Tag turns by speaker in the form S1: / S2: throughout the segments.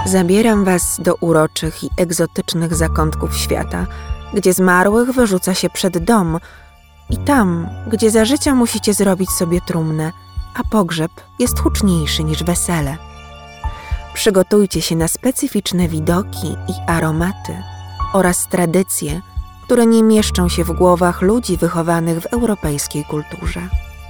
S1: Zabieram was do uroczych i egzotycznych zakątków świata, gdzie zmarłych wyrzuca się przed dom i tam, gdzie za życia musicie zrobić sobie trumnę, a pogrzeb jest huczniejszy niż wesele. Przygotujcie się na specyficzne widoki i aromaty oraz tradycje, które nie mieszczą się w głowach ludzi wychowanych w europejskiej kulturze.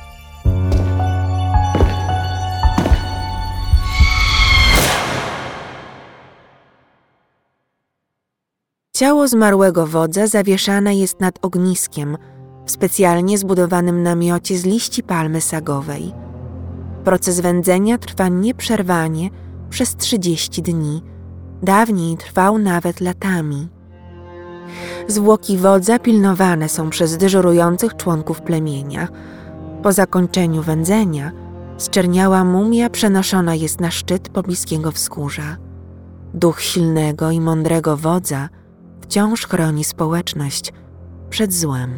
S1: Ciało zmarłego wodza zawieszane jest nad ogniskiem w specjalnie zbudowanym namiocie z liści palmy sagowej. Proces wędzenia trwa nieprzerwanie przez 30 dni. Dawniej trwał nawet latami. Zwłoki wodza pilnowane są przez dyżurujących członków plemienia. Po zakończeniu wędzenia zczerniała mumia przenoszona jest na szczyt pobliskiego wzgórza. Duch silnego i mądrego wodza wciąż chroni społeczność przed złem.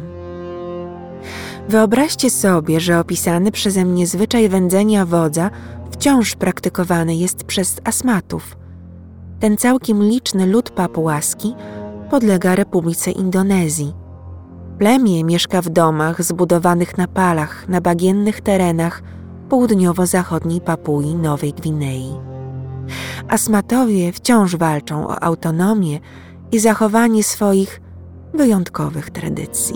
S1: Wyobraźcie sobie, że opisany przeze mnie zwyczaj wędzenia wodza wciąż praktykowany jest przez Asmatów. Ten całkiem liczny lud papułaski podlega Republice Indonezji. Plemię mieszka w domach zbudowanych na palach na bagiennych terenach południowo-zachodniej Papui Nowej Gwinei. Asmatowie wciąż walczą o autonomię i zachowanie swoich wyjątkowych tradycji.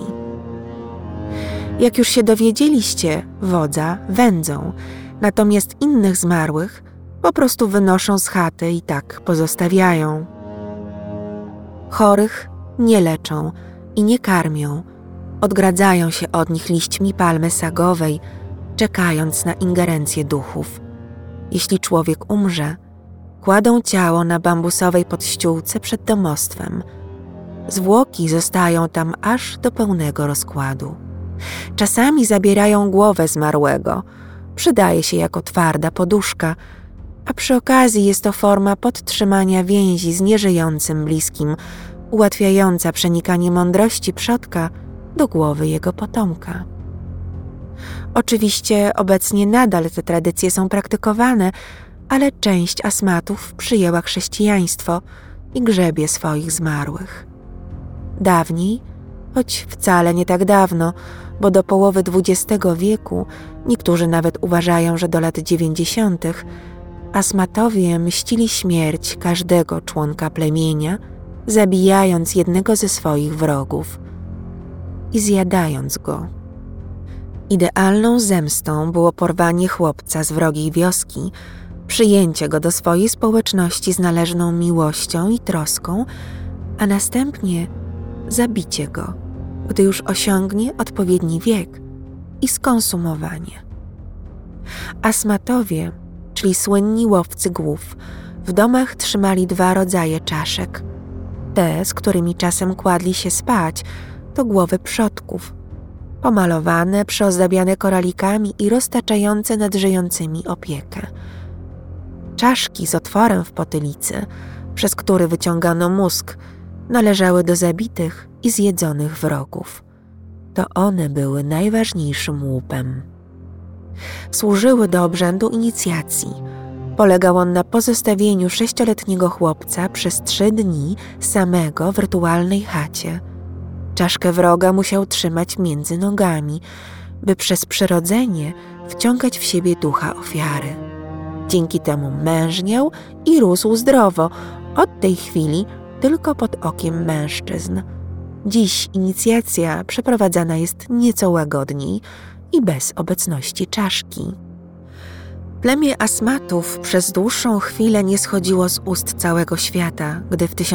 S1: Jak już się dowiedzieliście, wodza wędzą, natomiast innych zmarłych po prostu wynoszą z chaty i tak pozostawiają. Chorych nie leczą i nie karmią, odgradzają się od nich liśćmi palmy sagowej, czekając na ingerencję duchów. Jeśli człowiek umrze, kładą ciało na bambusowej podściółce przed domostwem. Zwłoki zostają tam aż do pełnego rozkładu. Czasami zabierają głowę zmarłego. Przydaje się jako twarda poduszka, a przy okazji jest to forma podtrzymania więzi z nieżyjącym bliskim, ułatwiająca przenikanie mądrości przodka do głowy jego potomka. Oczywiście obecnie nadal te tradycje są praktykowane, ale część Asmatów przyjęła chrześcijaństwo i grzebie swoich zmarłych. Dawniej, choć wcale nie tak dawno, bo do połowy XX wieku, niektórzy nawet uważają, że do lat 90., Asmatowie mścili śmierć każdego członka plemienia, zabijając jednego ze swoich wrogów i zjadając go. Idealną zemstą było porwanie chłopca z wrogiej wioski, przyjęcie go do swojej społeczności z należną miłością i troską, a następnie zabicie go, gdy już osiągnie odpowiedni wiek i skonsumowanie. Asmatowie, czyli słynni łowcy głów, w domach trzymali 2 rodzaje czaszek. Te, z którymi czasem kładli się spać, to głowy przodków, pomalowane, przyozdabiane koralikami i roztaczające nad żyjącymi opiekę. Czaszki z otworem w potylicy, przez który wyciągano mózg, należały do zabitych i zjedzonych wrogów. To one były najważniejszym łupem. Służyły do obrzędu inicjacji. Polegał on na pozostawieniu 6-letniego chłopca przez 3 dni samego w rytualnej chacie. Czaszkę wroga musiał trzymać między nogami, by przez przyrodzenie wciągać w siebie ducha ofiary. Dzięki temu mężniał i rósł zdrowo, od tej chwili tylko pod okiem mężczyzn. Dziś inicjacja przeprowadzana jest nieco łagodniej i bez obecności czaszki. Plemię Asmatów przez dłuższą chwilę nie schodziło z ust całego świata, gdy w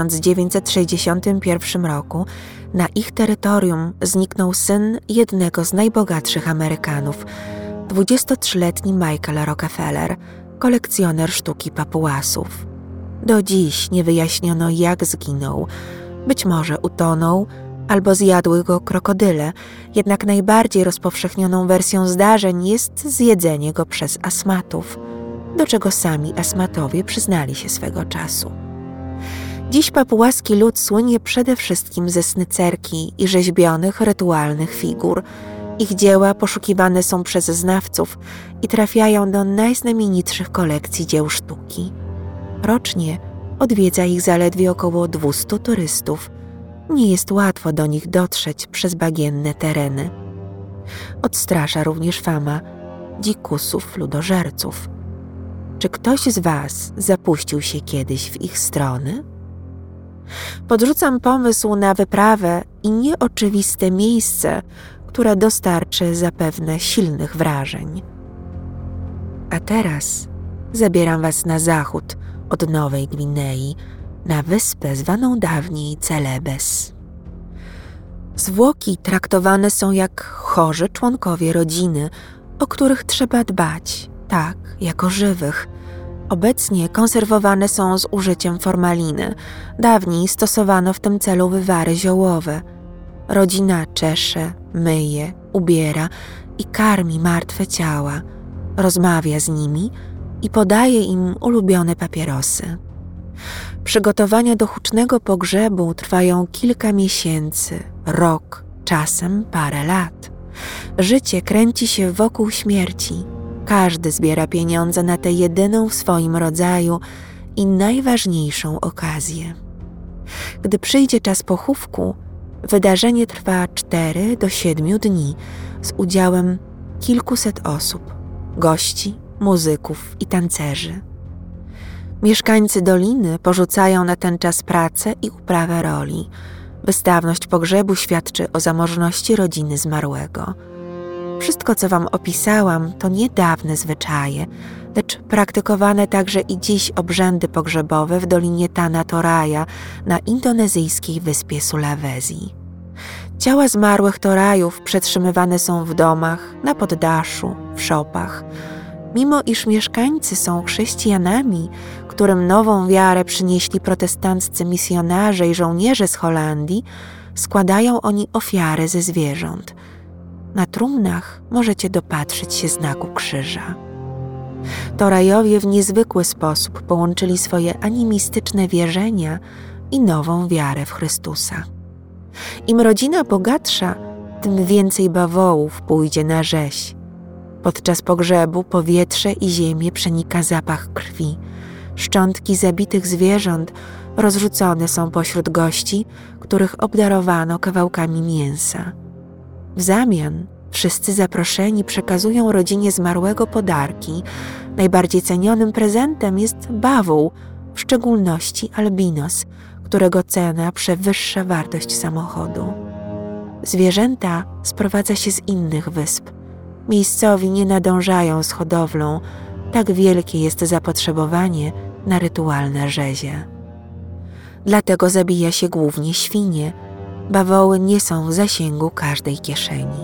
S1: 1961 roku na ich terytorium zniknął syn jednego z najbogatszych Amerykanów, 23-letni Michael Rockefeller, kolekcjoner sztuki papuasów. Do dziś nie wyjaśniono, jak zginął. Być może utonął albo zjadły go krokodyle, jednak najbardziej rozpowszechnioną wersją zdarzeń jest zjedzenie go przez Asmatów, do czego sami Asmatowie przyznali się swego czasu. Dziś papułaski lud słynie przede wszystkim ze snycerki i rzeźbionych rytualnych figur. Ich dzieła poszukiwane są przez znawców i trafiają do najznamienitszych kolekcji dzieł sztuki. Rocznie Odwiedza ich zaledwie około 200 turystów. Nie jest łatwo do nich dotrzeć przez bagienne tereny. Odstrasza również fama dzikusów ludożerców. Czy ktoś z was zapuścił się kiedyś w ich strony? Podrzucam pomysł na wyprawę i nieoczywiste miejsce, które dostarczy zapewne silnych wrażeń. A teraz zabieram was na zachód od Nowej Gwinei, na wyspę zwaną dawniej Celebes. Zwłoki traktowane są jak chorzy członkowie rodziny, o których trzeba dbać, tak jak o żywych. Obecnie konserwowane są z użyciem formaliny. Dawniej stosowano w tym celu wywary ziołowe. Rodzina czesze, myje, ubiera i karmi martwe ciała, rozmawia z nimi i podaje im ulubione papierosy. Przygotowania do hucznego pogrzebu trwają kilka miesięcy, rok, czasem parę lat. Życie kręci się wokół śmierci. Każdy zbiera pieniądze na tę jedyną w swoim rodzaju i najważniejszą okazję. Gdy przyjdzie czas pochówku, wydarzenie trwa 4 do 7 dni z udziałem kilkuset osób, gości, muzyków i tancerzy. Mieszkańcy doliny porzucają na ten czas pracę i uprawę roli. Wystawność pogrzebu świadczy o zamożności rodziny zmarłego. Wszystko, co wam opisałam, to niedawne zwyczaje, lecz praktykowane także i dziś obrzędy pogrzebowe w dolinie Tanah Toraja na indonezyjskiej wyspie Sulawesi. Ciała zmarłych Torajów przetrzymywane są w domach, na poddaszu, w szopach. Mimo iż mieszkańcy są chrześcijanami, którym nową wiarę przynieśli protestanccy misjonarze i żołnierze z Holandii, składają oni ofiary ze zwierząt. Na trumnach możecie dopatrzyć się znaku krzyża. Torajowie w niezwykły sposób połączyli swoje animistyczne wierzenia i nową wiarę w Chrystusa. Im rodzina bogatsza, tym więcej bawołów pójdzie na rzeź. Podczas pogrzebu powietrze i ziemię przenika zapach krwi. Szczątki zabitych zwierząt rozrzucone są pośród gości, których obdarowano kawałkami mięsa. W zamian wszyscy zaproszeni przekazują rodzinie zmarłego podarki. Najbardziej cenionym prezentem jest bawół, w szczególności albinos, którego cena przewyższa wartość samochodu. Zwierzęta sprowadza się z innych wysp. Miejscowi nie nadążają z hodowlą, tak wielkie jest zapotrzebowanie na rytualne rzezie. Dlatego zabija się głównie świnie. Bawoły nie są w zasięgu każdej kieszeni.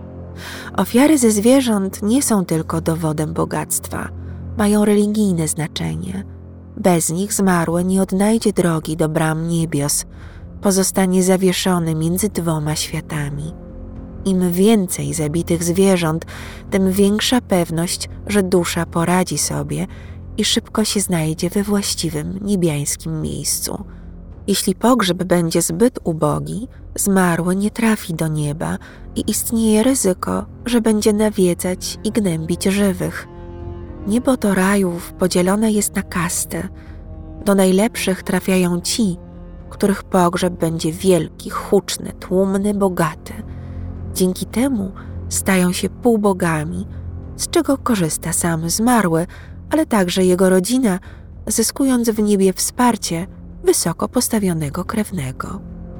S1: Ofiary ze zwierząt nie są tylko dowodem bogactwa, mają religijne znaczenie. Bez nich zmarły nie odnajdzie drogi do bram niebios, pozostanie zawieszony między 2 światami. Im więcej zabitych zwierząt, tym większa pewność, że dusza poradzi sobie i szybko się znajdzie we właściwym niebiańskim miejscu. Jeśli pogrzeb będzie zbyt ubogi, zmarły nie trafi do nieba i istnieje ryzyko, że będzie nawiedzać i gnębić żywych. Niebo Torajów podzielone jest na kastę. Do najlepszych trafiają ci, których pogrzeb będzie wielki, huczny, tłumny, bogaty. Dzięki temu stają się półbogami, z czego korzysta sam zmarły, ale także jego rodzina, zyskując w niebie wsparcie wysoko postawionego krewnego.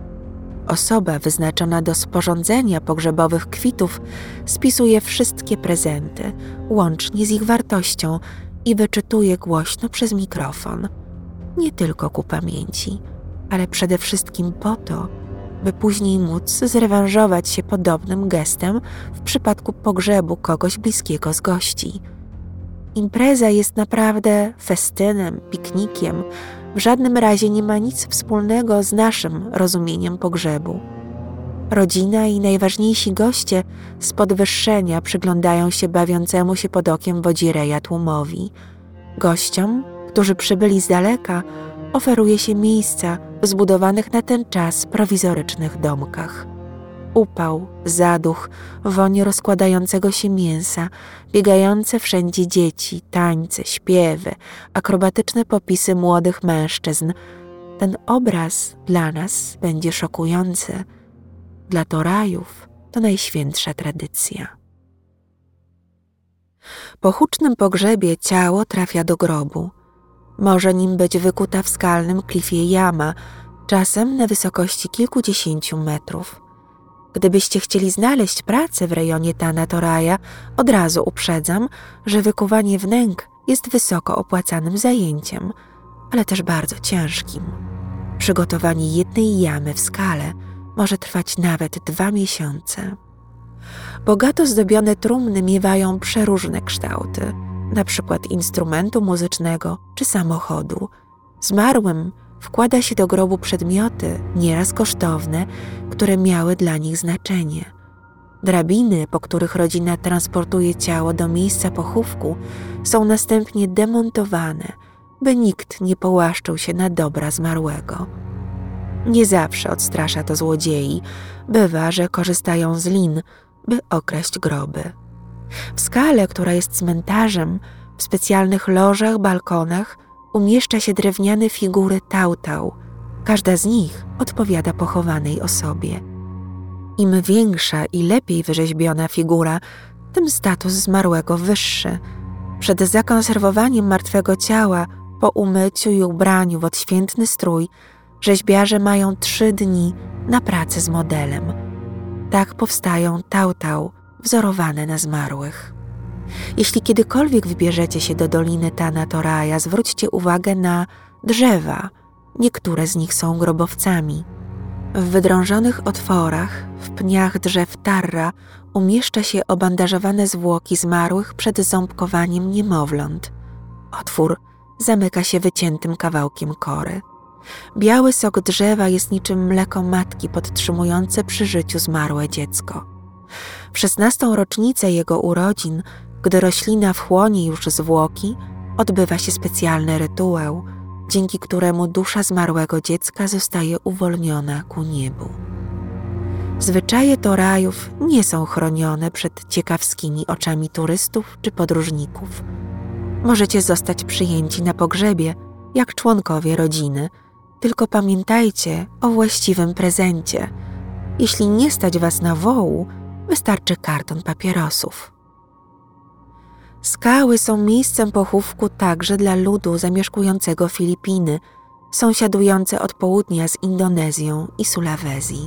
S1: Osoba wyznaczona do sporządzenia pogrzebowych kwitów spisuje wszystkie prezenty, łącznie z ich wartością, i wyczytuje głośno przez mikrofon. Nie tylko ku pamięci, ale przede wszystkim po to, by później móc zrewanżować się podobnym gestem w przypadku pogrzebu kogoś bliskiego z gości. Impreza jest naprawdę festynem, piknikiem, w żadnym razie nie ma nic wspólnego z naszym rozumieniem pogrzebu. Rodzina i najważniejsi goście z podwyższenia przyglądają się bawiącemu się pod okiem wodzireja tłumowi. Gościom, którzy przybyli z daleka, oferuje się miejsca w zbudowanych na ten czas prowizorycznych domkach. Upał, zaduch, woń rozkładającego się mięsa, biegające wszędzie dzieci, tańce, śpiewy, akrobatyczne popisy młodych mężczyzn. Ten obraz dla nas będzie szokujący. Dla Torajów to najświętsza tradycja. Po hucznym pogrzebie ciało trafia do grobu. Może nim być wykuta w skalnym klifie jama, czasem na wysokości kilkudziesięciu metrów. Gdybyście chcieli znaleźć pracę w rejonie Tana Toraja, od razu uprzedzam, że wykuwanie wnęk jest wysoko opłacanym zajęciem, ale też bardzo ciężkim. Przygotowanie jednej jamy w skale może trwać nawet 2 miesiące. Bogato zdobione trumny miewają przeróżne kształty, na przykład instrumentu muzycznego czy samochodu. Zmarłym wkłada się do grobu przedmioty, nieraz kosztowne, które miały dla nich znaczenie. Drabiny, po których rodzina transportuje ciało do miejsca pochówku, są następnie demontowane, by nikt nie połaszczył się na dobra zmarłego. Nie zawsze odstrasza to złodziei. Bywa, że korzystają z lin, by okraść groby. W skale, która jest cmentarzem, w specjalnych lożach, balkonach umieszcza się drewniane figury Tautau. Każda z nich odpowiada pochowanej osobie. Im większa i lepiej wyrzeźbiona figura, tym status zmarłego wyższy. Przed zakonserwowaniem martwego ciała, po umyciu i ubraniu w odświętny strój, rzeźbiarze mają 3 dni na pracę z modelem. Tak powstają Tautau wzorowane na zmarłych. Jeśli kiedykolwiek wybierzecie się do Doliny Tana Toraja, zwróćcie uwagę na drzewa. Niektóre z nich są grobowcami. W wydrążonych otworach, w pniach drzew Tarra umieszcza się obandażowane zwłoki zmarłych przed ząbkowaniem niemowląt. Otwór zamyka się wyciętym kawałkiem kory. Biały sok drzewa jest niczym mleko matki podtrzymujące przy życiu zmarłe dziecko. W 16. rocznicę jego urodzin, gdy roślina wchłonie już zwłoki, odbywa się specjalny rytuał, dzięki któremu dusza zmarłego dziecka zostaje uwolniona ku niebu. Zwyczaje Torajów nie są chronione przed ciekawskimi oczami turystów czy podróżników. Możecie zostać przyjęci na pogrzebie jak członkowie rodziny, tylko pamiętajcie o właściwym prezencie. Jeśli nie stać was na wołu, wystarczy karton papierosów. Skały są miejscem pochówku także dla ludu zamieszkującego Filipiny, sąsiadujące od południa z Indonezją i Sulawesji.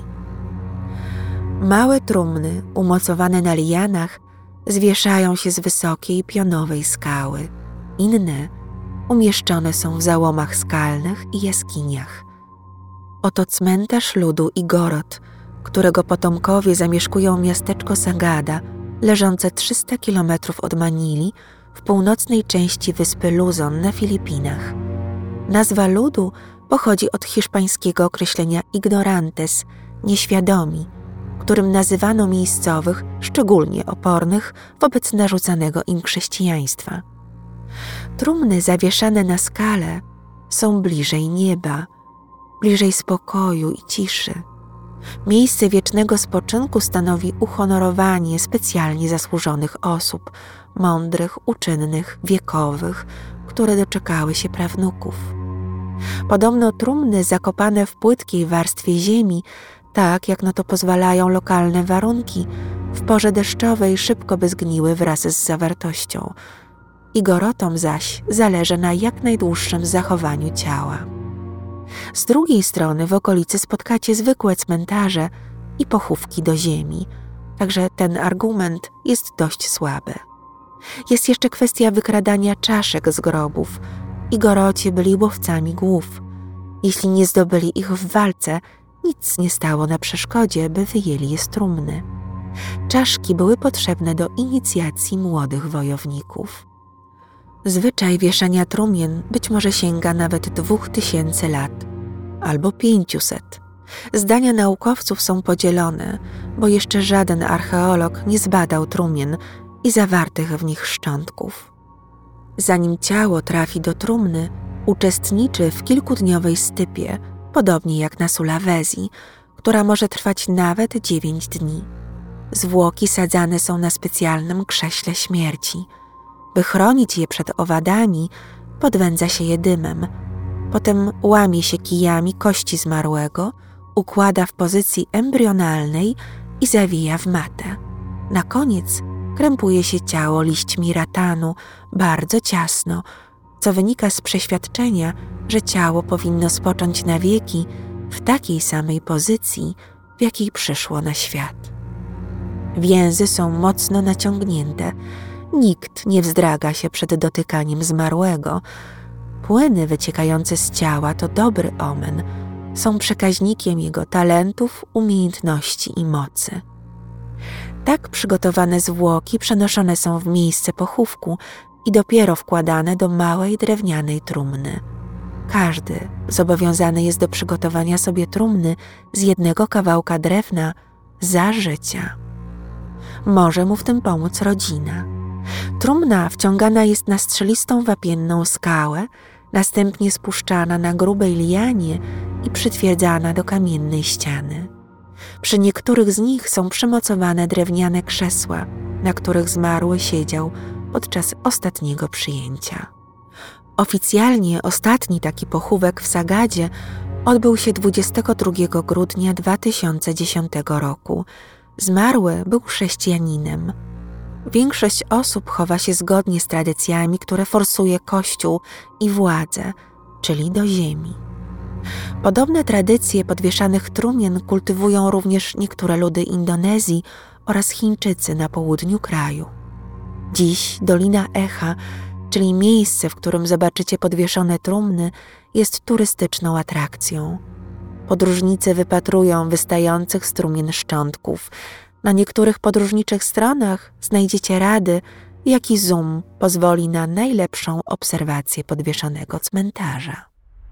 S1: Małe trumny, umocowane na lianach, zwieszają się z wysokiej, pionowej skały. Inne umieszczone są w załomach skalnych i jaskiniach. Oto cmentarz ludu Igorot, którego potomkowie zamieszkują miasteczko Sagada, leżące 300 kilometrów od Manili, w północnej części wyspy Luzon na Filipinach. Nazwa ludu pochodzi od hiszpańskiego określenia ignorantes, nieświadomi, którym nazywano miejscowych, szczególnie opornych wobec narzucanego im chrześcijaństwa. Trumny zawieszane na skale są bliżej nieba, bliżej spokoju i ciszy. Miejsce wiecznego spoczynku stanowi uhonorowanie specjalnie zasłużonych osób, mądrych, uczynnych, wiekowych, które doczekały się prawnuków. Podobno trumny zakopane w płytkiej warstwie ziemi, tak jak na to pozwalają lokalne warunki, w porze deszczowej szybko by zgniły wraz z zawartością. Igorotom zaś zależy na jak najdłuższym zachowaniu ciała. Z drugiej strony w okolicy spotkacie zwykłe cmentarze i pochówki do ziemi, także ten argument jest dość słaby. Jest jeszcze kwestia wykradania czaszek z grobów. Igoroci byli łowcami głów. Jeśli nie zdobyli ich w walce, nic nie stało na przeszkodzie, by wyjęli je z trumny. Czaszki były potrzebne do inicjacji młodych wojowników. Zwyczaj wieszania trumien być może sięga nawet 2000 lat, albo 500. Zdania naukowców są podzielone, bo jeszcze żaden archeolog nie zbadał trumien i zawartych w nich szczątków. Zanim ciało trafi do trumny, uczestniczy w kilkudniowej stypie, podobnie jak na Sulawesji, która może trwać nawet 9 dni. Zwłoki sadzane są na specjalnym krześle śmierci. By chronić je przed owadami, podwędza się je dymem. Potem łamie się kijami kości zmarłego, układa w pozycji embrionalnej i zawija w matę. Na koniec krępuje się ciało liśćmi ratanu, bardzo ciasno, co wynika z przeświadczenia, że ciało powinno spocząć na wieki w takiej samej pozycji, w jakiej przyszło na świat. Więzy są mocno naciągnięte. Nikt nie wzdraga się przed dotykaniem zmarłego. Płyny wyciekające z ciała to dobry omen. Są przekaźnikiem jego talentów, umiejętności i mocy. Tak przygotowane zwłoki przenoszone są w miejsce pochówku i dopiero wkładane do małej drewnianej trumny. Każdy zobowiązany jest do przygotowania sobie trumny z jednego kawałka drewna za życia. Może mu w tym pomóc rodzina. Trumna wciągana jest na strzelistą wapienną skałę, następnie spuszczana na grubej lianie i przytwierdzana do kamiennej ściany. Przy niektórych z nich są przymocowane drewniane krzesła, na których zmarły siedział podczas ostatniego przyjęcia. Oficjalnie ostatni taki pochówek w Sagadzie odbył się 22 grudnia 2010 roku. Zmarły był chrześcijaninem. Większość osób chowa się zgodnie z tradycjami, które forsuje Kościół i władzę, czyli do ziemi. Podobne tradycje podwieszanych trumien kultywują również niektóre ludy Indonezji oraz Chińczycy na południu kraju. Dziś Dolina Echa, czyli miejsce, w którym zobaczycie podwieszone trumny, jest turystyczną atrakcją. Podróżnicy wypatrują wystających z trumien szczątków. Na niektórych podróżniczych stronach znajdziecie rady, jaki zoom pozwoli na najlepszą obserwację podwieszonego cmentarza.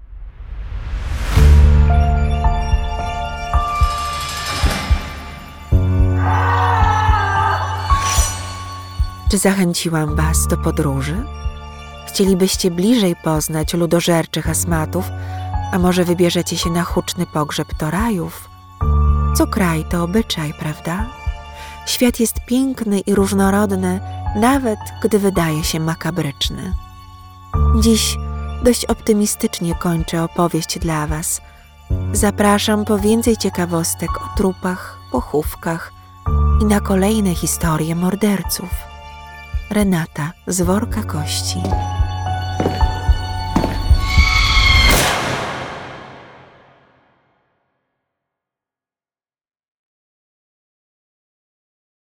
S1: Czy zachęciłam Was do podróży? Chcielibyście bliżej poznać ludożerczych asmatów, a może wybierzecie się na huczny pogrzeb Torajów? Co kraj to obyczaj, prawda? Świat jest piękny i różnorodny, nawet gdy wydaje się makabryczny. Dziś dość optymistycznie kończę opowieść dla Was. Zapraszam po więcej ciekawostek o trupach, pochówkach i na kolejne historie morderców. Renata z Worka Kości.